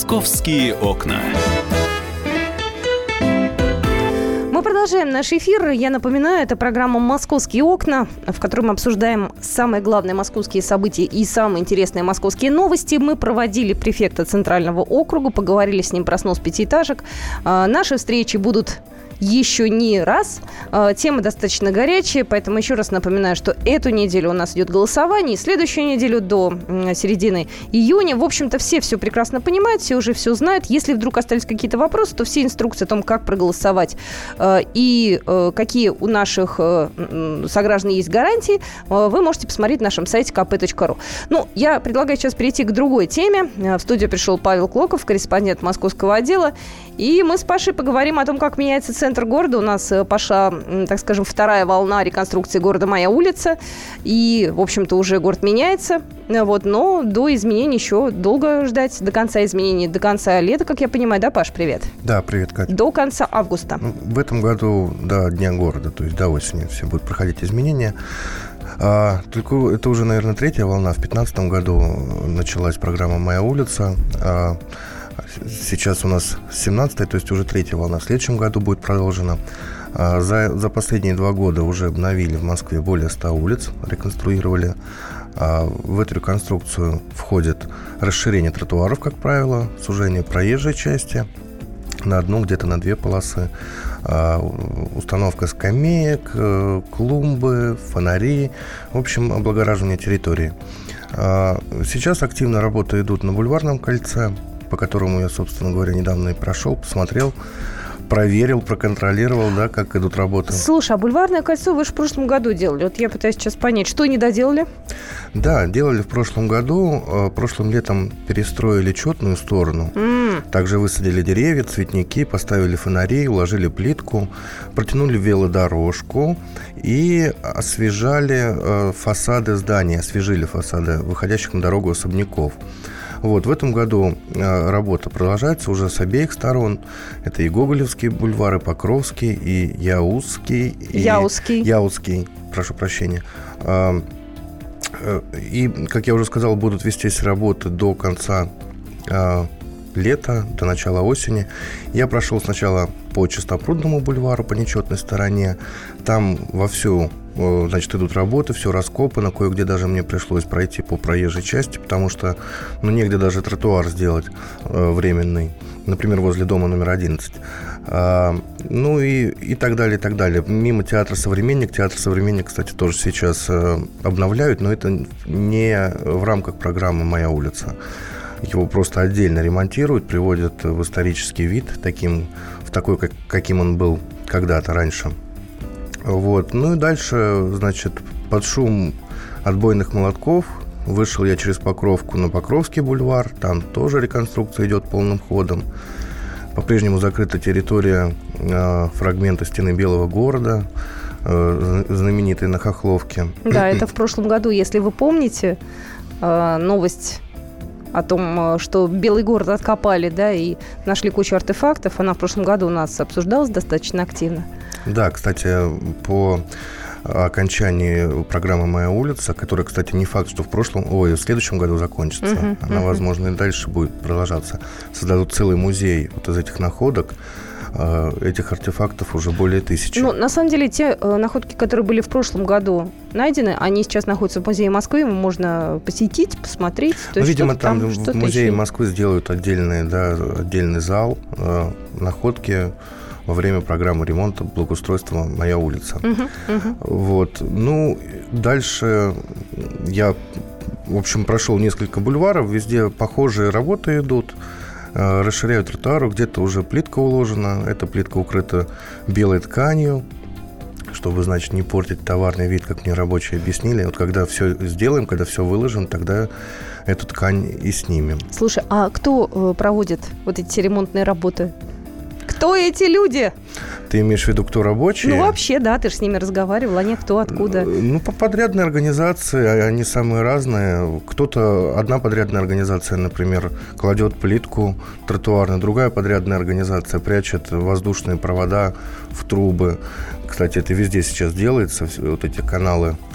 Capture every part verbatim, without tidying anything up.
«Московские окна». Мы продолжаем наш эфир. Я напоминаю, это программа «Московские окна», в которой мы обсуждаем самые главные московские события и самые интересные московские новости. Мы проводили префекта Центрального округа, поговорили с ним про снос пятиэтажек. Наши встречи будут еще не раз. Тема достаточно горячая, поэтому еще раз напоминаю, что эту неделю у нас идет голосование, и следующую неделю до середины июня. В общем-то, все все прекрасно понимают, все уже все знают. Если вдруг остались какие-то вопросы, то все инструкции о том, как проголосовать и какие у наших сограждан есть гарантии, вы можете посмотреть на нашем сайте ка пэ точка ру. Ну, я предлагаю сейчас перейти к другой теме. В студию пришел Павел Клоков, корреспондент московского отдела, и мы с Пашей поговорим о том, как меняется центр города. У нас пошла, так скажем, вторая волна реконструкции города «Моя улица». И, в общем-то, уже город меняется. Вот, но до изменений еще долго ждать. До конца изменений, до конца лета, как я понимаю. Да, Паш, привет? Да, привет, Катя. До конца августа. В этом году до Дня города, то есть до осени все будут проходить изменения. А, только это уже, наверное, третья волна. В две тысячи пятнадцатом году началась программа «Моя улица». А, сейчас у нас семнадцатая, то есть уже третья волна. В следующем году будет продолжена. За, за последние два года уже обновили в Москве более ста улиц, реконструировали. В эту реконструкцию входит расширение тротуаров, как правило, сужение проезжей части на одну, где-то на две полосы, установка скамеек, клумбы, фонари, в общем, облагораживание территории. Сейчас активно работы идут на Бульварном кольце, по которому я, собственно говоря, недавно и прошел, посмотрел, проверил, проконтролировал, да, как идут работы. Слушай, а Бульварное кольцо вы же в прошлом году делали. Вот я пытаюсь сейчас понять, что не доделали? Да, делали в прошлом году. Прошлым летом перестроили четную сторону. Mm. Также высадили деревья, цветники, поставили фонари, уложили плитку, протянули велодорожку и освежали э, фасады зданий, освежили фасады выходящих на дорогу особняков. Вот, в этом году э, работа продолжается уже с обеих сторон. Это и Гоголевский бульвар, и Покровский, и Яузский. И Яузский. Яузский, прошу прощения. Э, э, и, как я уже сказал, будут вестись работы до конца э, лета, до начала осени. Я прошел сначала по Чистопрудному бульвару, по нечетной стороне. Там вовсю, значит, идут работы, все раскопано. Кое-где даже мне пришлось пройти по проезжей части, потому что, ну, негде даже тротуар сделать э, временный. Например, возле дома номер одиннадцать. А, ну и, и так далее, и так далее. Мимо театра «Современник». Театр «Современник», кстати, тоже сейчас э, обновляют, но это не в рамках программы «Моя улица». Его просто отдельно ремонтируют, приводят в исторический вид, таким, в такой, как, каким он был когда-то раньше. Вот. Ну и дальше, значит, под шум отбойных молотков вышел я через Покровку на Покровский бульвар. Там тоже реконструкция идет полным ходом. По-прежнему закрыта территория э, фрагмента стены Белого города, э, знаменитой на Хохловке. Да, это в прошлом году, если вы помните, э, новость о том, что Белый город откопали, да, и нашли кучу артефактов. Она в прошлом году у нас обсуждалась достаточно активно. Да, кстати, по окончании программы «Моя улица», которая, кстати, не факт, что в прошлом, ой, в следующем году закончится, uh-huh, она, uh-huh. возможно, и дальше будет продолжаться. Создадут целый музей вот из этих находок. Этих артефактов уже более тысячи. Ну, на самом деле, те э, находки, которые были в прошлом году найдены, они сейчас находятся в музее Москвы, можно посетить, посмотреть. То ну, видимо, там, там в музее еще... Москвы сделают отдельный, да, отдельный зал э, находки во время программы ремонта, благоустройства «Моя улица». Uh-huh, uh-huh. Вот. Ну, дальше я, в общем, прошел несколько бульваров, везде похожие работы идут. Расширяют тротуар, где-то уже плитка уложена. Эта плитка укрыта белой тканью, чтобы, значит, не портить товарный вид, как мне рабочие объяснили. Вот когда все сделаем, когда все выложим, тогда эту ткань и снимем. Слушай, а кто проводит вот эти ремонтные работы? Кто эти люди? Ты имеешь в виду, кто рабочие? Ну, вообще, да, ты же с ними разговаривал. Они кто, откуда? Ну, подрядные организации, они самые разные. Кто-то, одна подрядная организация, например, кладет плитку тротуарную, другая подрядная организация прячет воздушные провода в трубы. Кстати, это везде сейчас делается, вот эти каналы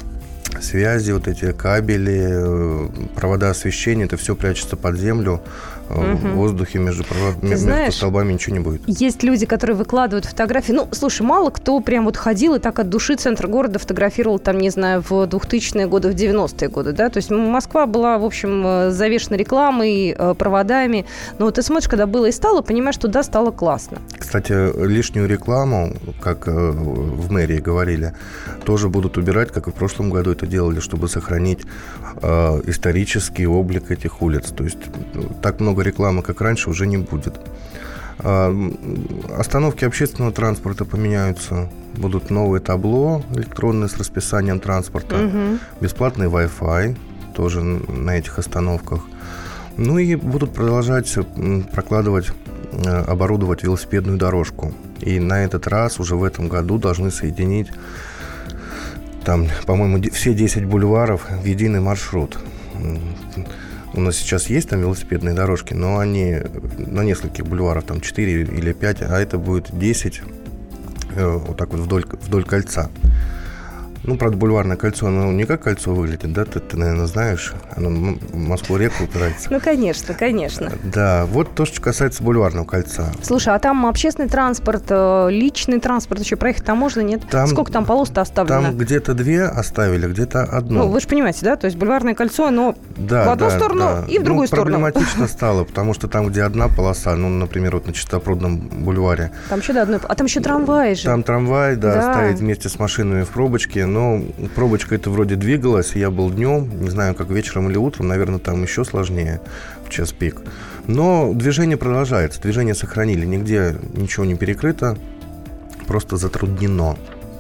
связи, вот эти кабели, провода освещения, это все прячется под землю. Угу. В воздухе между, провод... между знаешь, столбами ничего не будет. Есть люди, которые выкладывают фотографии. Ну, слушай, мало кто прям вот ходил и так от души центр города фотографировал, там, не знаю, в двухтысячные годы, в девяностые годы, да? То есть Москва была, в общем, завешена рекламой, проводами. Но вот ты смотришь, когда было и стало, понимаешь, что да, стало классно. Кстати, лишнюю рекламу, как в мэрии говорили, тоже будут убирать, как и в прошлом году это делали, чтобы сохранить э, исторический облик этих улиц. То есть так много рекламы, как раньше, уже не будет. Остановки общественного транспорта поменяются. Будут новые табло электронные с расписанием транспорта, угу. бесплатный Wi-Fi тоже на этих остановках. Ну и будут продолжать прокладывать, оборудовать велосипедную дорожку. И на этот раз уже в этом году должны соединить там, по-моему, все десять бульваров в единый маршрут. У нас сейчас есть там велосипедные дорожки, но они на нескольких бульварах, там четыре или пять, а это будет десять э, вот так вот вдоль, вдоль кольца. Ну, правда, бульварное кольцо, оно не как кольцо выглядит, да? Ты, ты наверное, знаешь. Оно в Москву-реку упирается. Ну, конечно, конечно. Да, вот то, что касается бульварного кольца. Слушай, а там общественный транспорт, личный транспорт, еще проехать там можно, нет? Там, сколько там полос-то оставлено? Там где-то две оставили, где-то одну. Ну, вы же понимаете, да? То есть бульварное кольцо, оно да, в одну да, сторону да. и в другую ну, сторону. Проблематично стало, потому что там, где одна полоса, ну, например, вот на Чистопрудном бульваре. Там еще до одной... А там еще трамвай же. Там трамвай, да, да, стоит вместе с машинами в пробочке, но пробочка это вроде двигалась, я был днем, не знаю, как вечером или утром, наверное, там еще сложнее в час пик. Но движение продолжается, движение сохранили, нигде ничего не перекрыто, просто затруднено.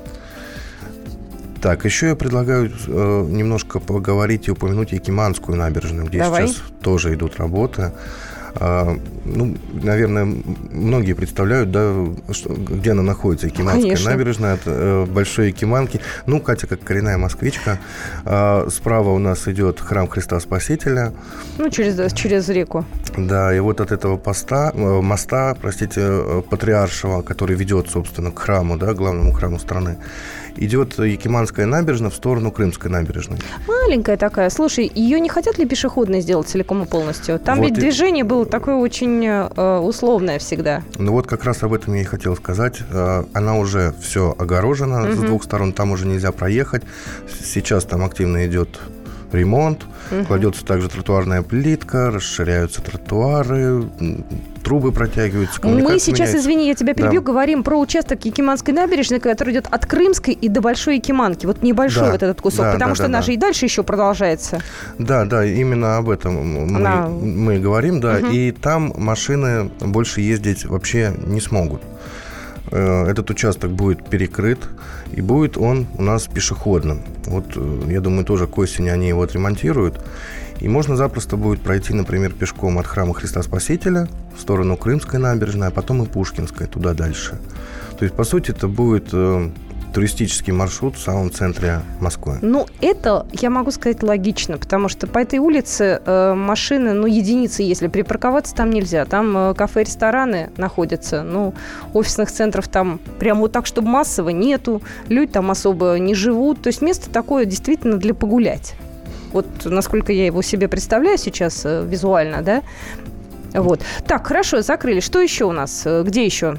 Так, еще я предлагаю э, немножко поговорить и упомянуть Якиманскую набережную, где Давай. сейчас тоже идут работы. А, ну, наверное, многие представляют, да, что, где она находится, Якиманская Конечно. набережная от э, Большой Якиманки. Ну, Катя, как коренная москвичка. А, справа у нас идет храм Христа Спасителя. Ну, через, через реку. Да, и вот от этого поста, э, моста, простите, Патриаршего, который ведет, собственно, к храму, да, главному храму страны, идет Якиманская набережная в сторону Крымской набережной. Маленькая такая. Слушай, ее не хотят ли пешеходной сделать целиком и полностью? Там вот ведь и... движение было такое очень э, условное всегда. Ну вот как раз об этом я и хотел сказать. Она уже все огорожена угу. с двух сторон, там уже нельзя проехать. Сейчас там активно идет ремонт, угу. кладется также тротуарная плитка, расширяются тротуары, трубы протягиваются. Мы сейчас, меняется. извини, я тебя перебью, да. говорим про участок Якиманской набережной, который идет от Крымской и до Большой Якиманки. Вот небольшой да. вот этот кусок, да, потому да, что да, наш да. и дальше еще продолжается. Да, да, именно об этом мы, Она... мы говорим, да, угу. и там машины больше ездить вообще не смогут. Этот участок будет перекрыт, и будет он у нас пешеходным. Вот, я думаю, тоже к осени они его отремонтируют. И можно запросто будет пройти, например, пешком от храма Христа Спасителя в сторону Крымской набережной, а потом и Пушкинской, туда дальше. То есть, по сути, это будет э, туристический маршрут в самом центре Москвы. Ну, это, я могу сказать, логично, потому что по этой улице э, машины, ну, единицы, если припарковаться, там нельзя. Там э, кафе, рестораны находятся, ну, офисных центров там прям вот так, чтобы массово нету, люди там особо не живут. То есть место такое действительно для погулять. Вот насколько я его себе представляю сейчас э, визуально, да? Вот. Так, хорошо, закрыли. Что еще у нас? Где еще?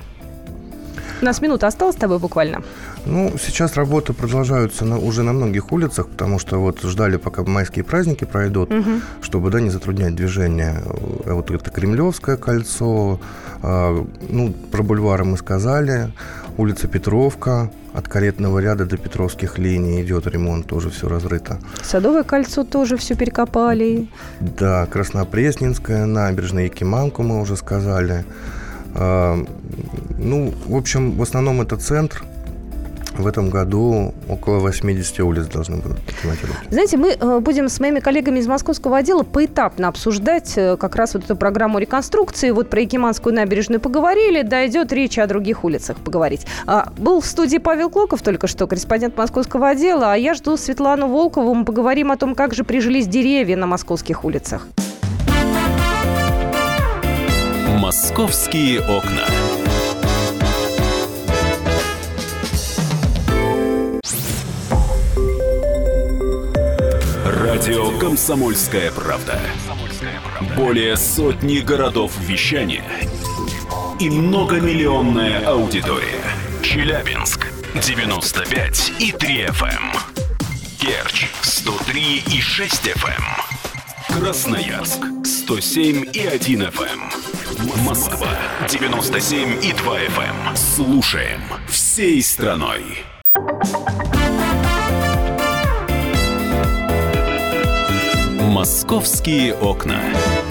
У нас минута осталась с тобой буквально. Ну, сейчас работы продолжаются на, уже на многих улицах, потому что вот ждали, пока майские праздники пройдут, угу. чтобы, да, не затруднять движение. Вот это Кремлевское кольцо, э, ну, про бульвары мы сказали, улица Петровка, от Каретного ряда до Петровских линий идет ремонт, тоже все разрыто. Садовое кольцо тоже все перекопали. Да, Краснопресненская набережная, Якиманку мы уже сказали. Э, ну, в общем, в основном это центр. В этом году около восемьдесят улиц должны будут ремонтировать. Знаете, мы э, будем с моими коллегами из московского отдела поэтапно обсуждать э, как раз вот эту программу реконструкции. Вот про Якиманскую набережную поговорили, дойдет речь о других улицах поговорить. А, был в студии Павел Клоков только что, корреспондент московского отдела, а я жду Светлану Волкову. Мы поговорим о том, как же прижились деревья на московских улицах. «Московские окна». Радио «Комсомольская правда». Более сотни городов вещания и многомиллионная аудитория. Челябинск девяносто пять и три эф эм. Керчь сто три и шесть эф эм. Красноярск сто семь и один эф эм. Москва девяносто семь и два эф эм. Слушаем всей страной. Московские окна.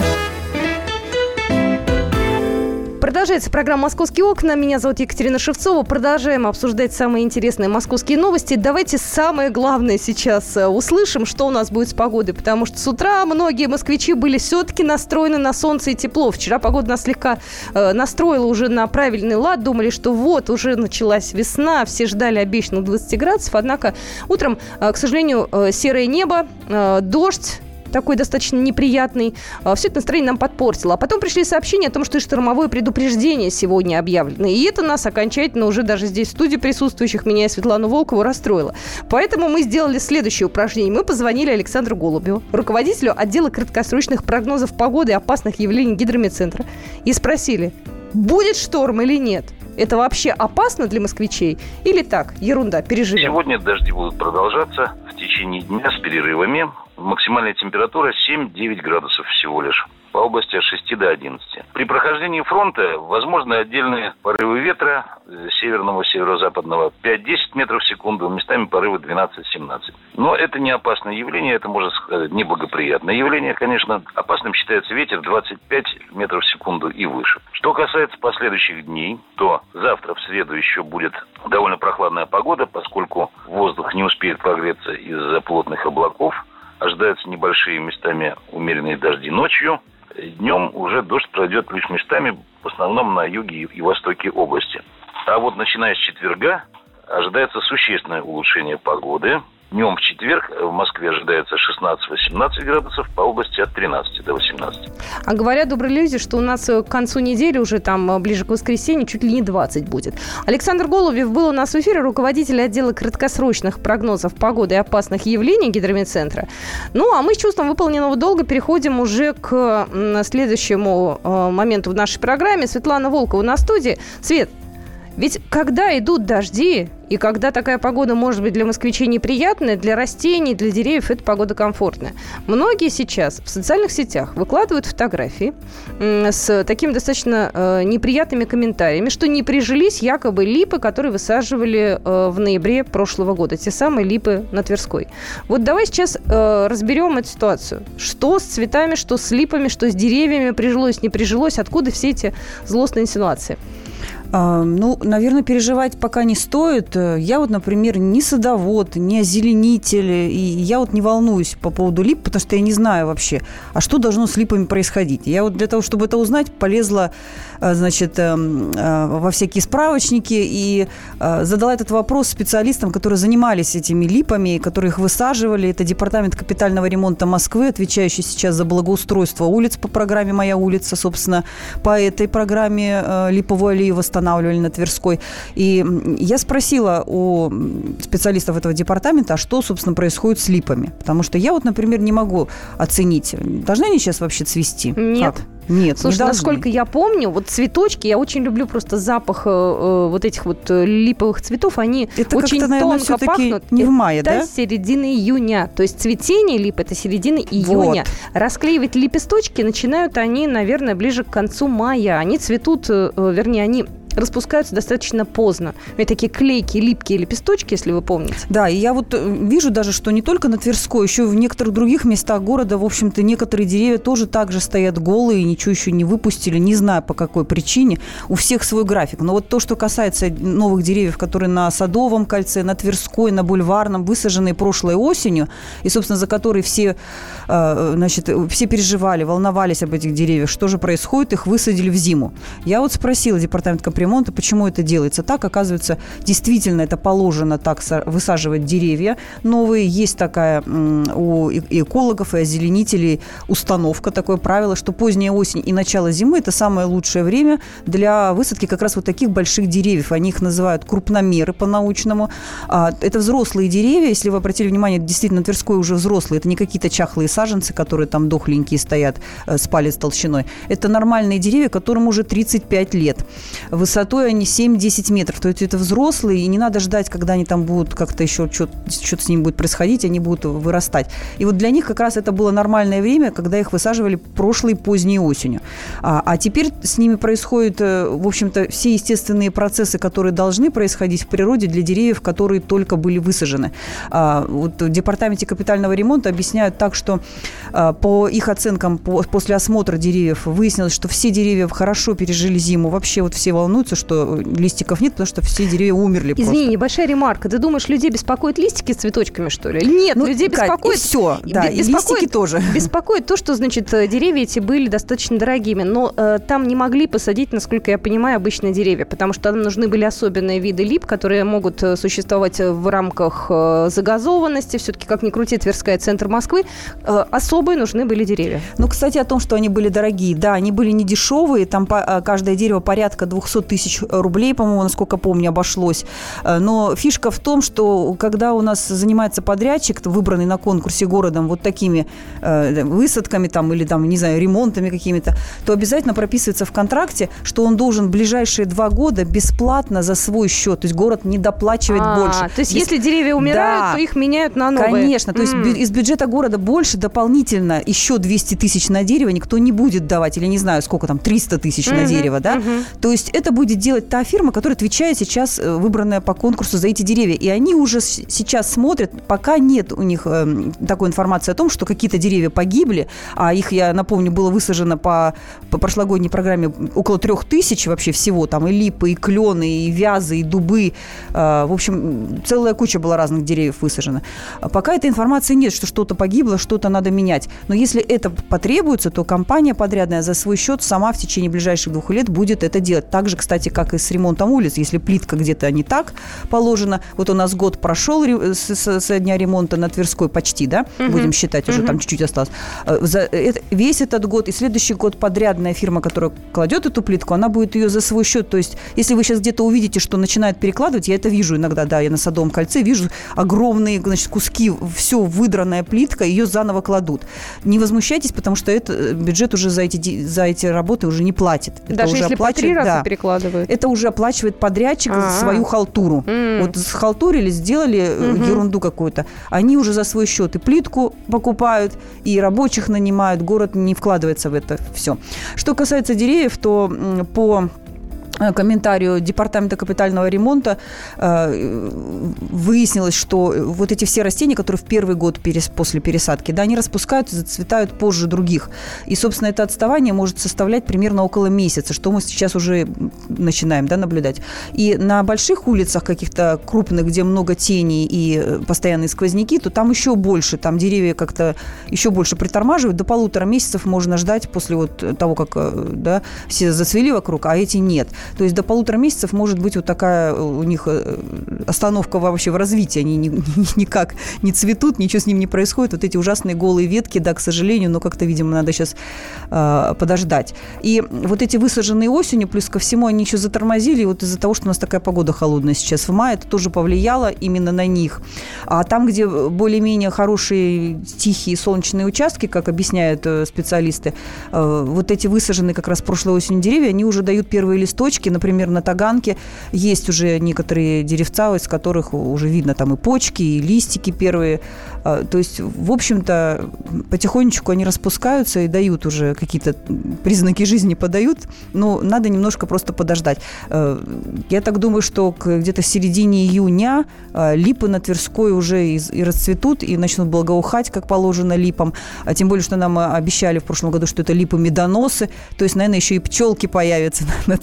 Продолжается программа «Московские окна». Меня зовут Екатерина Шевцова. Продолжаем обсуждать самые интересные московские новости. Давайте самое главное сейчас услышим, что у нас будет с погодой. Потому что с утра многие москвичи были все-таки настроены на солнце и тепло. Вчера погода нас слегка э, настроила уже на правильный лад. Думали, что вот, уже началась весна. Все ждали обещанных двадцати градусов. Однако утром, э, к сожалению, э, серое небо, э, дождь. Такой достаточно неприятный. Все это настроение нам подпортило. А потом пришли сообщения о том, что и штормовое предупреждение сегодня объявлено. И это нас окончательно уже даже здесь в студии присутствующих, меня и Светлану Волкову, расстроило. Поэтому мы сделали следующее упражнение. Мы позвонили Александру Голубеву, руководителю отдела краткосрочных прогнозов погоды и опасных явлений Гидрометцентра, и спросили, будет шторм или нет? Это вообще опасно для москвичей? Или так, ерунда, переживем? Сегодня дожди будут продолжаться в течение дня с перерывами. Максимальная температура семь-девять градусов всего лишь. По области от шести до одиннадцати. При прохождении фронта возможны отдельные порывы ветра северного, северо-западного пять-десять метров в секунду, местами порывы двенадцать-семнадцать. Но это не опасное явление, это, можно сказать, неблагоприятное явление. Конечно, опасным считается ветер двадцать пять метров в секунду и выше. Что касается последующих дней, то завтра в среду еще будет довольно прохладная погода, поскольку воздух не успеет прогреться из-за плотных облаков. Ожидаются небольшие местами умеренные дожди ночью. Днем уже дождь пройдет лишь местами, в основном на юге и востоке области. А вот начиная с четверга ожидается существенное улучшение погоды. Днем в четверг в Москве ожидается шестнадцать-восемнадцать градусов, по области от тринадцати до восемнадцати. А говорят добрые люди, что у нас к концу недели, уже там ближе к воскресенью, чуть ли не двадцать будет. Александр Голубев был у нас в эфире, руководитель отдела краткосрочных прогнозов погоды и опасных явлений Гидрометцентра. Ну, а мы с чувством выполненного долга переходим уже к следующему моменту в нашей программе. Светлана Волкова на студии. Свет, ведь когда идут дожди, и когда такая погода может быть для москвичей неприятная, для растений, для деревьев эта погода комфортная. Многие сейчас в социальных сетях выкладывают фотографии с такими достаточно э, неприятными комментариями, что не прижились якобы липы, которые высаживали э, в ноябре прошлого года. Те самые липы на Тверской. Вот давай сейчас э, разберем эту ситуацию. Что с цветами, что с липами, что с деревьями, прижилось, не прижилось, откуда все эти злостные инсинуации? Ну, наверное, переживать пока не стоит. Я вот, например, не садовод, не озеленитель, и я вот не волнуюсь по поводу лип, потому что я не знаю вообще, а что должно с липами происходить. Я вот для того, чтобы это узнать, полезла, значит, во всякие справочники и задала этот вопрос специалистам, которые занимались этими липами, которые их высаживали. Это Департамент капитального ремонта Москвы, отвечающий сейчас за благоустройство улиц по программе «Моя улица». Собственно, по этой программе липовую аллею восстанавливали на Тверской. И я спросила у специалистов этого департамента, а что, собственно, происходит с липами. Потому что я вот, например, не могу оценить, должны они сейчас вообще цвести? Нет. Как? Нет, слушай, насколько я помню, вот цветочки, я очень люблю просто запах э, вот этих вот липовых цветов, они это очень наверное, тонко пахнут. Не в мае, это да? Это середины июня, то есть цветение лип это середина июня. Вот. Расклеивать лепесточки начинают они, наверное, ближе к концу мая. Они цветут, э, вернее, они распускаются достаточно поздно. Это такие клейкие, липкие лепесточки, если вы помните. Да, и я вот вижу даже, что не только на Тверской, еще и в некоторых других местах города, в общем-то, некоторые деревья тоже так же стоят голые, ничего еще не выпустили, не знаю по какой причине. У всех свой график. Но вот то, что касается новых деревьев, которые на Садовом кольце, на Тверской, на Бульварном, высаженные прошлой осенью, и, собственно, за которые все, значит, все переживали, волновались об этих деревьях, что же происходит, их высадили в зиму. Я вот спросила департамент капитального капремонта. Почему это делается так? Оказывается, действительно это положено так высаживать деревья новые. Есть такая у экологов и озеленителей установка, такое правило, что поздняя осень и начало зимы – это самое лучшее время для высадки как раз вот таких больших деревьев. Они их называют крупномеры по-научному. Это взрослые деревья. Если вы обратили внимание, действительно, Тверской уже взрослые. Это не какие-то чахлые саженцы, которые там дохленькие стоят с палец толщиной. Это нормальные деревья, которым уже тридцать пять лет. Высотой они семь-десять метров. То есть это взрослые, и не надо ждать, когда они там будут как-то еще что-то, что-то с ними будет происходить, они будут вырастать. И вот для них как раз это было нормальное время, когда их высаживали прошлой поздней осенью. А, а теперь с ними происходят, в общем-то, все естественные процессы, которые должны происходить в природе для деревьев, которые только были высажены. А, вот в департаменте капитального ремонта объясняют так, что а, по их оценкам по, после осмотра деревьев выяснилось, что все деревья хорошо пережили зиму. Вообще вот все волнуются, что листиков нет, потому что все деревья умерли. Извини, просто. Небольшая ремарка. Ты думаешь, людей беспокоит листики с цветочками, что ли? Нет, ну, людей беспокоит... И все, да, и листики тоже. Беспокоит то, что, значит, деревья эти были достаточно дорогими, но э, там не могли посадить, насколько я понимаю, обычные деревья, потому что там нужны были особенные виды лип, которые могут существовать в рамках э, загазованности. Все-таки, как ни крути, Тверская — центр Москвы. Э, особые нужны были деревья. Ну, кстати, о том, что они были дорогие. Да, они были не дешевые. Там по, каждое дерево порядка двести тысяч рублей, по-моему, насколько помню, обошлось. Но фишка в том, что когда у нас занимается подрядчик, выбранный на конкурсе городом вот такими э, высадками там, или, там, не знаю, ремонтами какими-то, то обязательно прописывается в контракте, что он должен в ближайшие два года бесплатно за свой счет. То есть город не доплачивает а, больше. То есть если, если деревья умирают, да, то их меняют на новые. Конечно. То есть mm. из бюджета города больше дополнительно еще двести тысяч на дерево никто не будет давать. Или не знаю, сколько там, триста тысяч mm-hmm. на дерево. Да? Mm-hmm. То есть это будет делать та фирма, которая отвечает сейчас, выбранная по конкурсу за эти деревья. И они уже сейчас смотрят, пока нет у них э, такой информации о том, что какие-то деревья погибли, а их, я напомню, было высажено по, по прошлогодней программе около трех тысяч вообще всего. Там и липы, и клены, и вязы, и дубы. Э, в общем, целая куча была разных деревьев высажена. Пока этой информации нет, что что-то погибло, что-то надо менять. Но если это потребуется, то компания подрядная за свой счет сама в течение ближайших двух лет будет это делать. Так же, кстати, как и с ремонтом улиц. Если плитка где-то не так положена, вот у нас год прошел с, с, с дня ремонта на Тверской почти, да, uh-huh. будем считать, уже uh-huh. там чуть-чуть осталось. За это, весь этот год и следующий год подрядная фирма, которая кладет эту плитку, она будет ее за свой счет. То есть, если вы сейчас где-то увидите, что начинает перекладывать, я это вижу иногда, да, я на Садовом кольце вижу огромные, значит, куски, все выдранная плитка, ее заново кладут. Не возмущайтесь, потому что это, бюджет уже за эти, за эти работы уже не платит. Даже это если уже по три раза да, перекладывают? Это уже оплачивает подрядчик А-а-а. за свою халтуру. Mm. Вот схалтурили, сделали mm-hmm. ерунду какую-то. Они уже за свой счет и плитку покупают, и рабочих нанимают. Город не вкладывается в это все. Что касается деревьев, то по комментарию Департамента капитального ремонта э, выяснилось, что вот эти все растения, которые в первый год перес, после пересадки, да, они распускаются, зацветают позже других. И, собственно, это отставание может составлять примерно около месяца, что мы сейчас уже начинаем, да, наблюдать. И на больших улицах каких-то крупных, где много теней и постоянные сквозняки, то там еще больше, там деревья как-то еще больше притормаживают. До полутора месяцев можно ждать после вот того, как, да, все зацвели вокруг, а эти нет. То есть до полутора месяцев может быть вот такая у них остановка вообще в развитии. Они ни, ни, никак не цветут, ничего с ним не происходит. Вот эти ужасные голые ветки, да, к сожалению, но как-то, видимо, надо сейчас э, подождать. И вот эти высаженные осенью, плюс ко всему, они еще затормозили вот из-за того, что у нас такая погода холодная сейчас в мае, это тоже повлияло именно на них. А там, где более-менее хорошие, тихие солнечные участки, как объясняют специалисты, э, вот эти высаженные как раз прошлой осенью деревья, они уже дают первые листочки. Например, на Таганке есть уже некоторые деревца, из которых уже видно там и почки, и листики первые. То есть, в общем-то, потихонечку они распускаются и дают уже какие-то признаки жизни подают, но надо немножко просто подождать. Я так думаю, что где-то в середине июня липы на Тверской уже и, и расцветут, и начнут благоухать, как положено липам. А тем более, что нам обещали в прошлом году, что это липы-медоносы. То есть, наверное, еще и пчелки появятся на, на Тверской.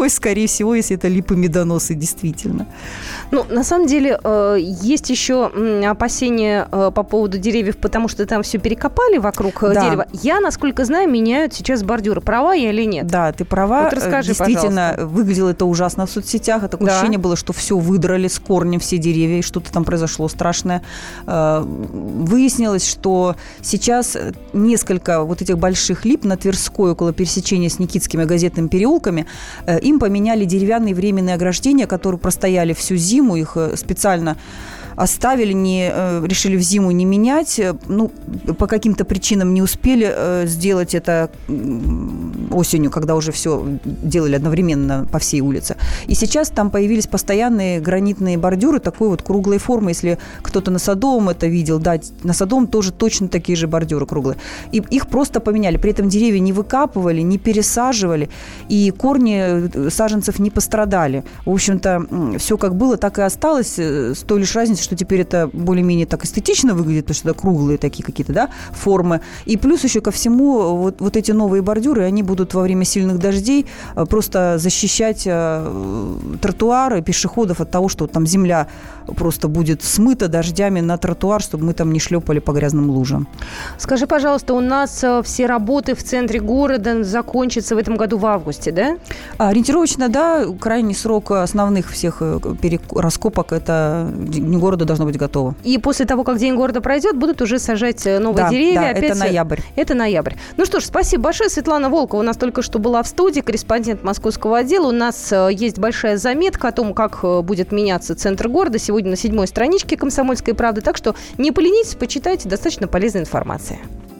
такой, скорее всего, если это липы-медоносы, действительно. Ну, на самом деле, есть еще опасения по поводу деревьев, потому что там все перекопали вокруг да. дерева. Я, насколько знаю, меняют сейчас бордюры. Права я или нет? Да, ты права. Вот расскажи, действительно, пожалуйста. Выглядело это ужасно в соцсетях. Это такое да. ощущение было, что все выдрали с корнем, все деревья, и что-то там произошло страшное. Выяснилось, что сейчас несколько вот этих больших лип на Тверской, около пересечения с Никитскими газетными переулками, им поменяли деревянные временные ограждения, которые простояли всю зиму, их специально оставили, не, решили в зиму не менять. Ну, по каким-то причинам не успели сделать это осенью, когда уже все делали одновременно по всей улице. И сейчас там появились постоянные гранитные бордюры такой вот круглой формы. Если кто-то на Садовом это видел, да, на Садовом тоже точно такие же бордюры круглые. И их просто поменяли. При этом деревья не выкапывали, не пересаживали, и корни саженцев не пострадали. В общем-то, все как было, так и осталось, с той лишь разницей, что теперь это более-менее так эстетично выглядит, потому что это круглые такие какие-то, да, формы. И плюс еще ко всему вот, вот эти новые бордюры, они будут во время сильных дождей просто защищать тротуары пешеходов от того, что там земля просто будет смыта дождями на тротуар, чтобы мы там не шлепали по грязным лужам. Скажи, пожалуйста, у нас все работы в центре города закончатся в этом году в августе, да? Ориентировочно, да. Крайний срок основных всех раскопок – это День города должно быть готово. И после того, как День города пройдет, будут уже сажать новые да, деревья. Да, Опять это ноябрь. Это ноябрь. Ну что ж, спасибо большое. Светлана Волкова у нас только что была в студии, корреспондент московского отдела. У нас есть большая заметка о том, как будет меняться центр города. Сегодня на седьмой страничке «Комсомольской правды». Так что не поленитесь, почитайте. Достаточно полезная информация.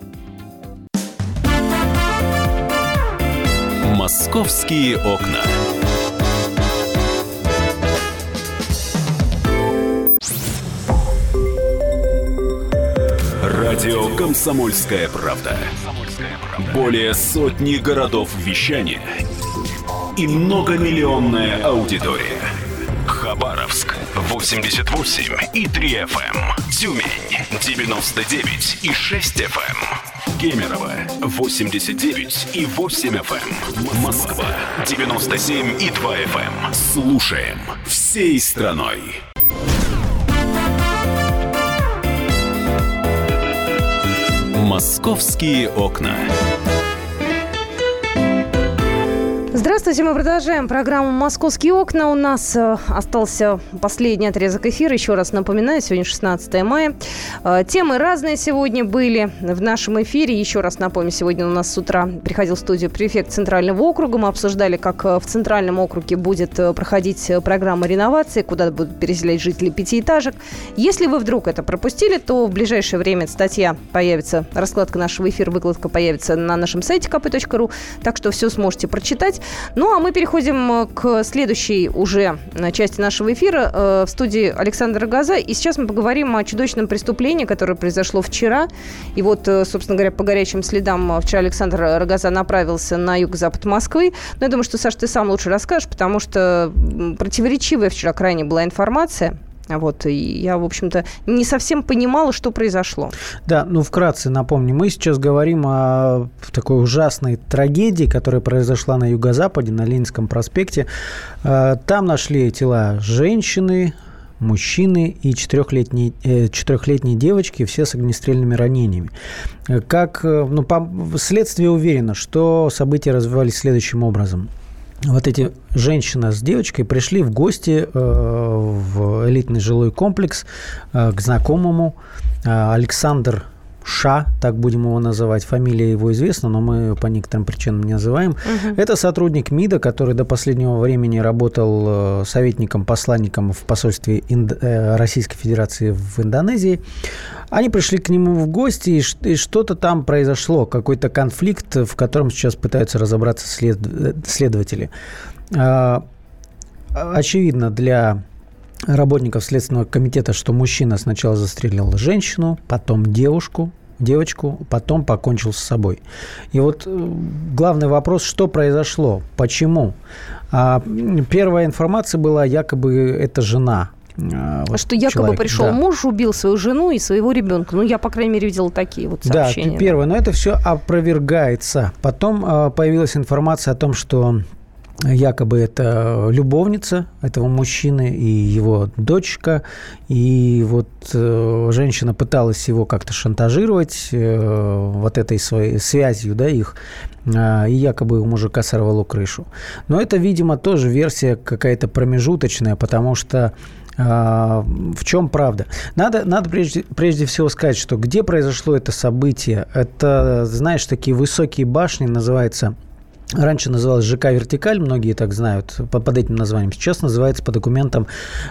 «Московские окна». Радио «Комсомольская правда». Более сотни городов вещания и многомиллионная аудитория. Хабаровск восемьдесят восемь и три эф эм, Тюмень девяносто девять и шесть эф эм, Кемерово восемьдесят девять и восемь эф эм, Москва девяносто семь и два эф эм. Слушаем всей страной. «Московские окна». Здравствуйте, мы продолжаем программу «Московские окна». У нас э, остался последний отрезок эфира. Еще раз напоминаю, сегодня шестнадцатое мая. Э, темы разные сегодня были в нашем эфире. Еще раз напомню, сегодня у нас с утра приходил в студию префект Центрального округа. Мы обсуждали, как в Центральном округе будет проходить программа реновации, куда будут переселять жителей пятиэтажек. Если вы вдруг это пропустили, то в ближайшее время статья появится, раскладка нашего эфира, выкладка появится на нашем сайте ка пэ точка ру. Так что все сможете прочитать. Ну, а мы переходим к следующей уже части нашего эфира. В студии Александр Рогоза. И сейчас мы поговорим о чудовищном преступлении, которое произошло вчера. И вот, собственно говоря, по горячим следам вчера Александр Рогоза направился на юго-запад Москвы. Но я думаю, что, Саш, ты сам лучше расскажешь, потому что противоречивая вчера крайне была информация. Вот, и я, в общем-то, не совсем понимала, что произошло. Да, ну, вкратце напомню, мы сейчас говорим о такой ужасной трагедии, которая произошла на юго-западе, на Ленинском проспекте. Там нашли тела женщины, мужчины и четырехлетней, четырехлетней девочки, все с огнестрельными ранениями. Как, ну, по, следствие уверено, что события развивались следующим образом. Вот эти женщина с девочкой пришли в гости э, в элитный жилой комплекс э, к знакомому. Э, Александр Ша, так будем его называть, фамилия его известна, но мы по некоторым причинам не называем. Угу. Это сотрудник МИДа, который до последнего времени работал советником-посланником в посольстве Инд... Российской Федерации в Индонезии. Они пришли к нему в гости, и что-то там произошло, какой-то конфликт, в котором сейчас пытаются разобраться след... следователи. Очевидно для работников Следственного комитета, что мужчина сначала застрелил женщину, потом девушку, девочку, потом покончил с собой. И вот главный вопрос, что произошло, почему? Первая информация была, якобы это жена. Вот что якобы человек, пришел да. муж, убил свою жену и своего ребенка. Ну, я, по крайней мере, видела такие вот сообщения. Да, первое, но это все опровергается. Потом появилась информация о том, что якобы это любовница этого мужчины и его дочка. И вот э, женщина пыталась его как-то шантажировать э, вот этой своей связью, да, их. Э, и якобы у мужика сорвало крышу. Но это, видимо, тоже версия какая-то промежуточная, потому что э, в чем правда? Надо, надо прежде, прежде всего сказать, что где произошло это событие. Это, знаешь, такие высокие башни, называется... Раньше называлась ЖК «Вертикаль», многие так знают под этим названием. Сейчас называется по документам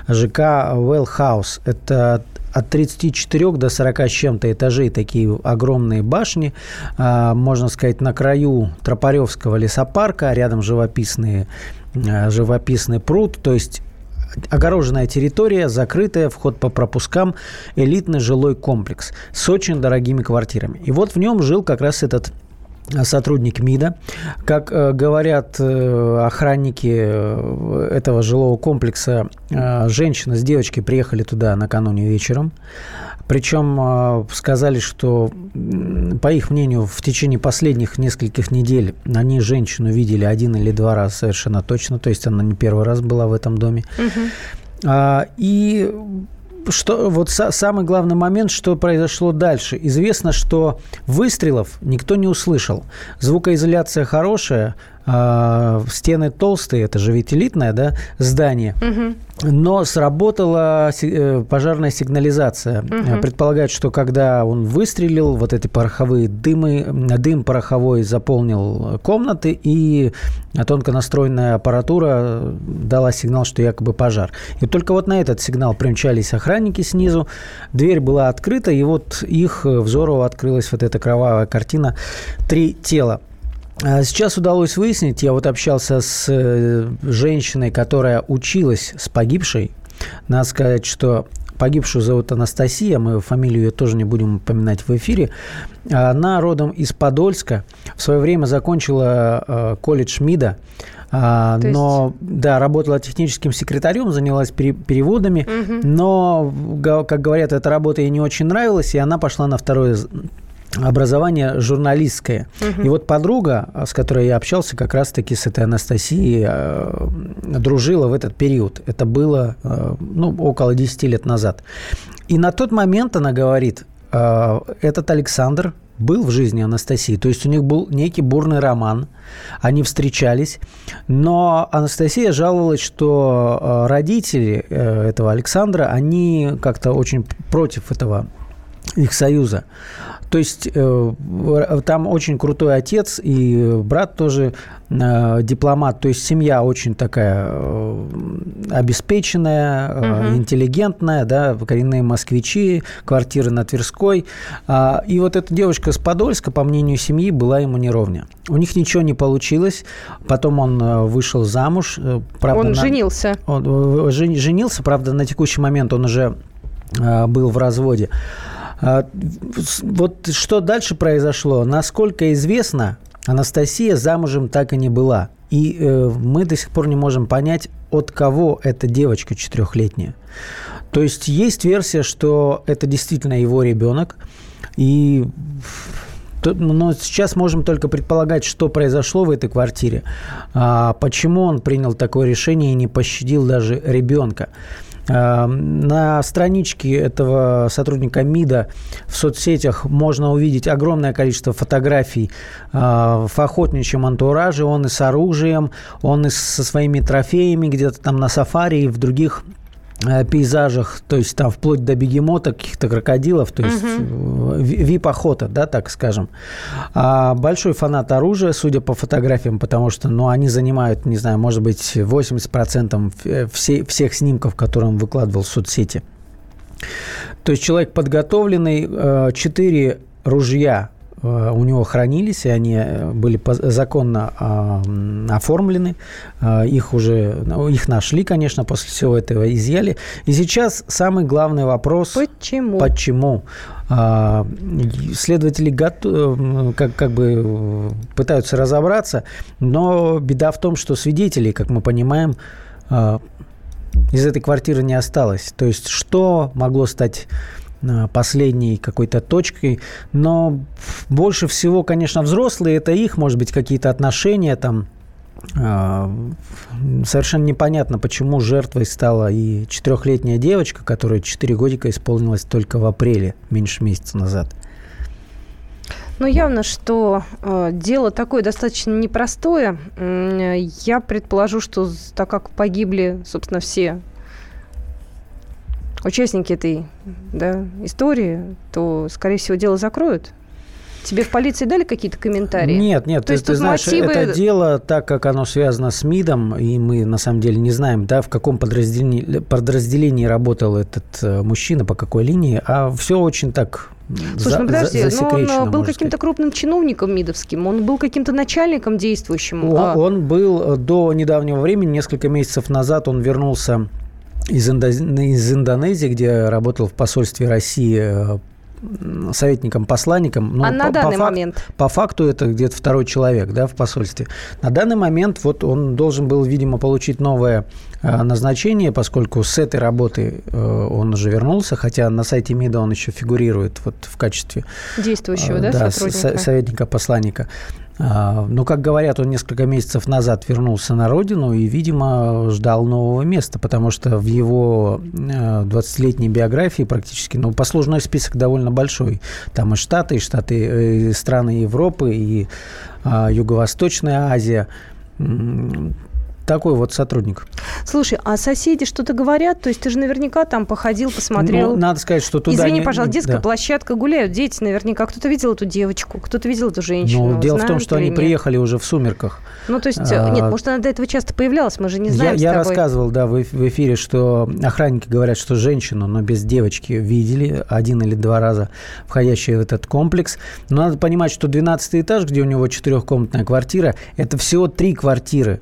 ЖК «Well House». Это от тридцати четырёх до сорока с чем-то этажей, такие огромные башни. Можно сказать, на краю Тропаревского лесопарка, рядом живописный, живописный пруд. То есть огороженная территория, закрытая, вход по пропускам, элитный жилой комплекс с очень дорогими квартирами. И вот в нем жил как раз этот сотрудник МИДа. Как э, говорят э, охранники э, этого жилого комплекса, э, женщина с девочкой приехали туда накануне вечером. Причем э, сказали, что, по их мнению, в течение последних нескольких недель они женщину видели один или два раза совершенно точно. То есть она не первый раз была в этом доме. Угу. А, и... Что, вот са, самый главный момент, что произошло дальше. Известно, что выстрелов никто не услышал. Звукоизоляция хорошая, э, стены толстые, это же ведь элитное, да, здание. Угу. Но сработала пожарная сигнализация. Угу. Предполагают, что когда он выстрелил, вот эти пороховые дымы, дым пороховой заполнил комнаты, и тонко настроенная аппаратура дала сигнал, что якобы пожар. И только вот на этот сигнал примчались охранники снизу. Дверь была открыта, и вот их взору открылась вот эта кровавая картина. Три тела. Сейчас удалось выяснить, я вот общался с женщиной, которая училась с погибшей. Надо сказать, что погибшую зовут Анастасия, мы фамилию ее тоже не будем упоминать в эфире. Она родом из Подольска, в свое время закончила колледж МИДа, а, но есть... да, работала техническим секретарем, занялась пере- переводами, угу. но, как говорят, эта работа ей не очень нравилась, и она пошла на второе образование журналистское. Угу. И вот подруга, с которой я общался, как раз-таки с этой Анастасией, э, дружила в этот период. Это было э, ну, около десяти лет назад. И на тот момент, она говорит, э, этот Александр был в жизни Анастасии. То есть у них был некий бурный роман. Они встречались. Но Анастасия жаловалась, что родители э, этого Александра, они как-то очень против этого их союза. То есть э, там очень крутой отец и брат тоже э, дипломат. То есть семья очень такая э, обеспеченная, э, угу. интеллигентная, да, коренные москвичи, квартиры на Тверской. А, и вот эта девушка с Подольска, по мнению семьи, была ему неровня. У них ничего не получилось. Потом он вышел замуж. Правда, он на... женился. Он женился, правда, на текущий момент он уже э, был в разводе. Вот что дальше произошло? Насколько известно, Анастасия замужем так и не была. И э, мы до сих пор не можем понять, от кого эта девочка четырехлетняя. То есть есть версия, что это действительно его ребенок. И... Но сейчас можем только предполагать, что произошло в этой квартире. Почему он принял такое решение и не пощадил даже ребенка. На страничке этого сотрудника МИДа в соцсетях можно увидеть огромное количество фотографий в охотничьем антураже. Он и с оружием, он и со своими трофеями где-то там на сафари и в других пейзажах, то есть там вплоть до бегемота, каких-то крокодилов, то есть uh-huh. вип-охота, да, так скажем. А большой фанат оружия, судя по фотографиям, потому что, ну, они занимают, не знаю, может быть, восемьдесят процентов все, всех снимков, которые он выкладывал в соцсети. То есть человек подготовленный, четыре ружья у него хранились, и они были законно оформлены. Их уже их нашли, конечно, после всего этого изъяли. И сейчас самый главный вопрос. Почему? Почему? Следователи готов, как, как бы пытаются разобраться, но беда в том, что свидетелей, как мы понимаем, из этой квартиры не осталось. То есть что могло стать последней какой-то точкой, но больше всего, конечно, взрослые, это их, может быть, какие-то отношения там Совершенно непонятно, почему жертвой стала и четырехлетняя девочка, которой четыре годика исполнилось только в апреле, меньше месяца назад. Ну, явно, что э, дело такое достаточно непростое. Я предположу, что так как погибли, собственно, все участники этой, да, истории, то, скорее всего, дело закроют. Тебе в полиции дали какие-то комментарии? Нет, нет, То ты, есть ты знаешь, мотивы... это дело, так как оно связано с МИДом, и мы на самом деле не знаем, да, в каком подразделении, подразделении работал этот мужчина, по какой линии, а все очень так Слушай, за, ну подожди, за, засекречено, но он был можно каким-то сказать. крупным чиновником МИДовским, он был каким-то начальником действующим. Он, а... он был до недавнего времени, несколько месяцев назад он вернулся из, Индо... из Индонезии, где работал в посольстве России советником-посланником. А на по, данный по фак, момент? По факту это где-то второй человек, да, в посольстве. На данный момент вот он должен был, видимо, получить новое э, назначение, поскольку с этой работы э, он уже вернулся, хотя на сайте МИДа он еще фигурирует вот в качестве действующего, э, да, да, сотрудника? советника-посланника. Но, как говорят, он несколько месяцев назад вернулся на родину и, видимо, ждал нового места, потому что в его двадцатилетней биографии практически, ну, послужной список довольно большой. Там и Штаты, и Штаты, и страны Европы, и Юго-Восточная Азия. Такой вот сотрудник. Слушай, а соседи что-то говорят? То есть ты же наверняка там походил, посмотрел. Ну, надо сказать, что туда... Извини, не... пожалуйста, детская да. площадка, гуляют дети наверняка. Кто-то видел эту девочку, кто-то видел эту женщину. Ну, дело в том, что они нет? приехали уже в сумерках. Ну, то есть... А... Нет, может, она до этого часто появлялась, мы же не знаем Я, с я тобой. рассказывал, да, в эфире, что охранники говорят, что женщину, но без девочки, видели один или два раза входящую в этот комплекс. Но надо понимать, что двенадцатый этаж, где у него четырехкомнатная квартира, это всего три квартиры.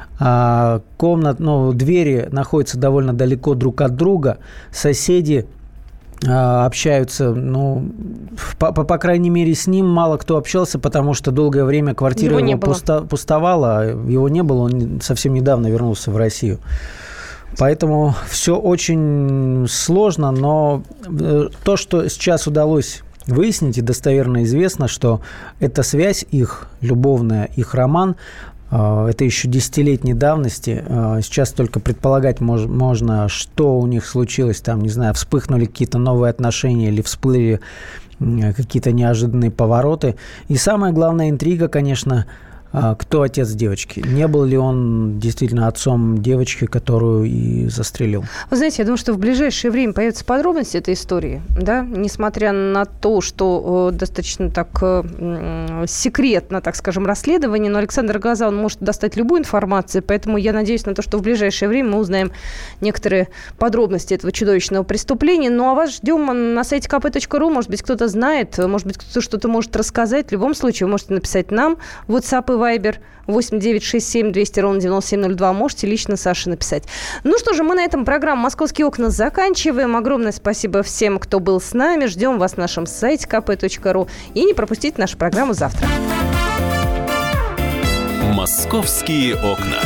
А комнат, ну, двери находятся довольно далеко друг от друга, соседи а, общаются, ну, по, по, по крайней мере, с ним мало кто общался, потому что долгое время квартира его, его пусто, пустовала, его не было, он совсем недавно вернулся в Россию. Поэтому все очень сложно, но то, что сейчас удалось выяснить и достоверно известно, что эта связь их, любовная, их роман, это еще десятилетней давности. Сейчас только предполагать мож- можно, что у них случилось. Там, не знаю, вспыхнули какие-то новые отношения или всплыли какие-то неожиданные повороты. И самая главная интрига, конечно, кто отец девочки. Не был ли он действительно отцом девочки, которую и застрелил? Вы знаете, я думаю, что в ближайшее время появятся подробности этой истории, да, несмотря на то, что э, достаточно так э, секретно, так скажем, расследование, но Александр Гоза, он может достать любую информацию, поэтому я надеюсь на то, что в ближайшее время мы узнаем некоторые подробности этого чудовищного преступления. Ну, а вас ждем на сайте ка пэ точка ру, может быть, кто-то знает, может быть, кто-то что-то может рассказать. В любом случае, вы можете написать нам в WhatsApp и Вайбер восемь девять шесть семь двести ровно девяносто семь ноль два. Можете лично Саше написать. Ну что же, мы на этом программу «Московские окна» заканчиваем. Огромное спасибо всем, кто был с нами. Ждем вас на нашем сайте ка пэ точка ру. И не пропустите нашу программу завтра. «Московские окна».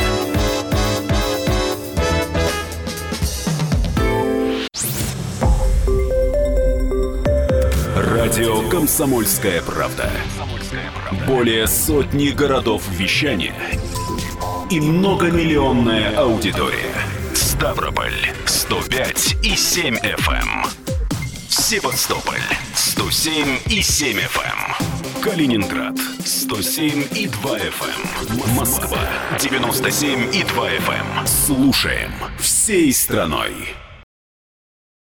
Радио «Комсомольская правда». Более сотни городов вещания и многомиллионная аудитория. Ставрополь сто пять и семь эф эм. Севастополь сто семь и семь эф эм. Калининград сто семь и два эф эм. Москва девяносто семь и два эф эм. Слушаем всей страной.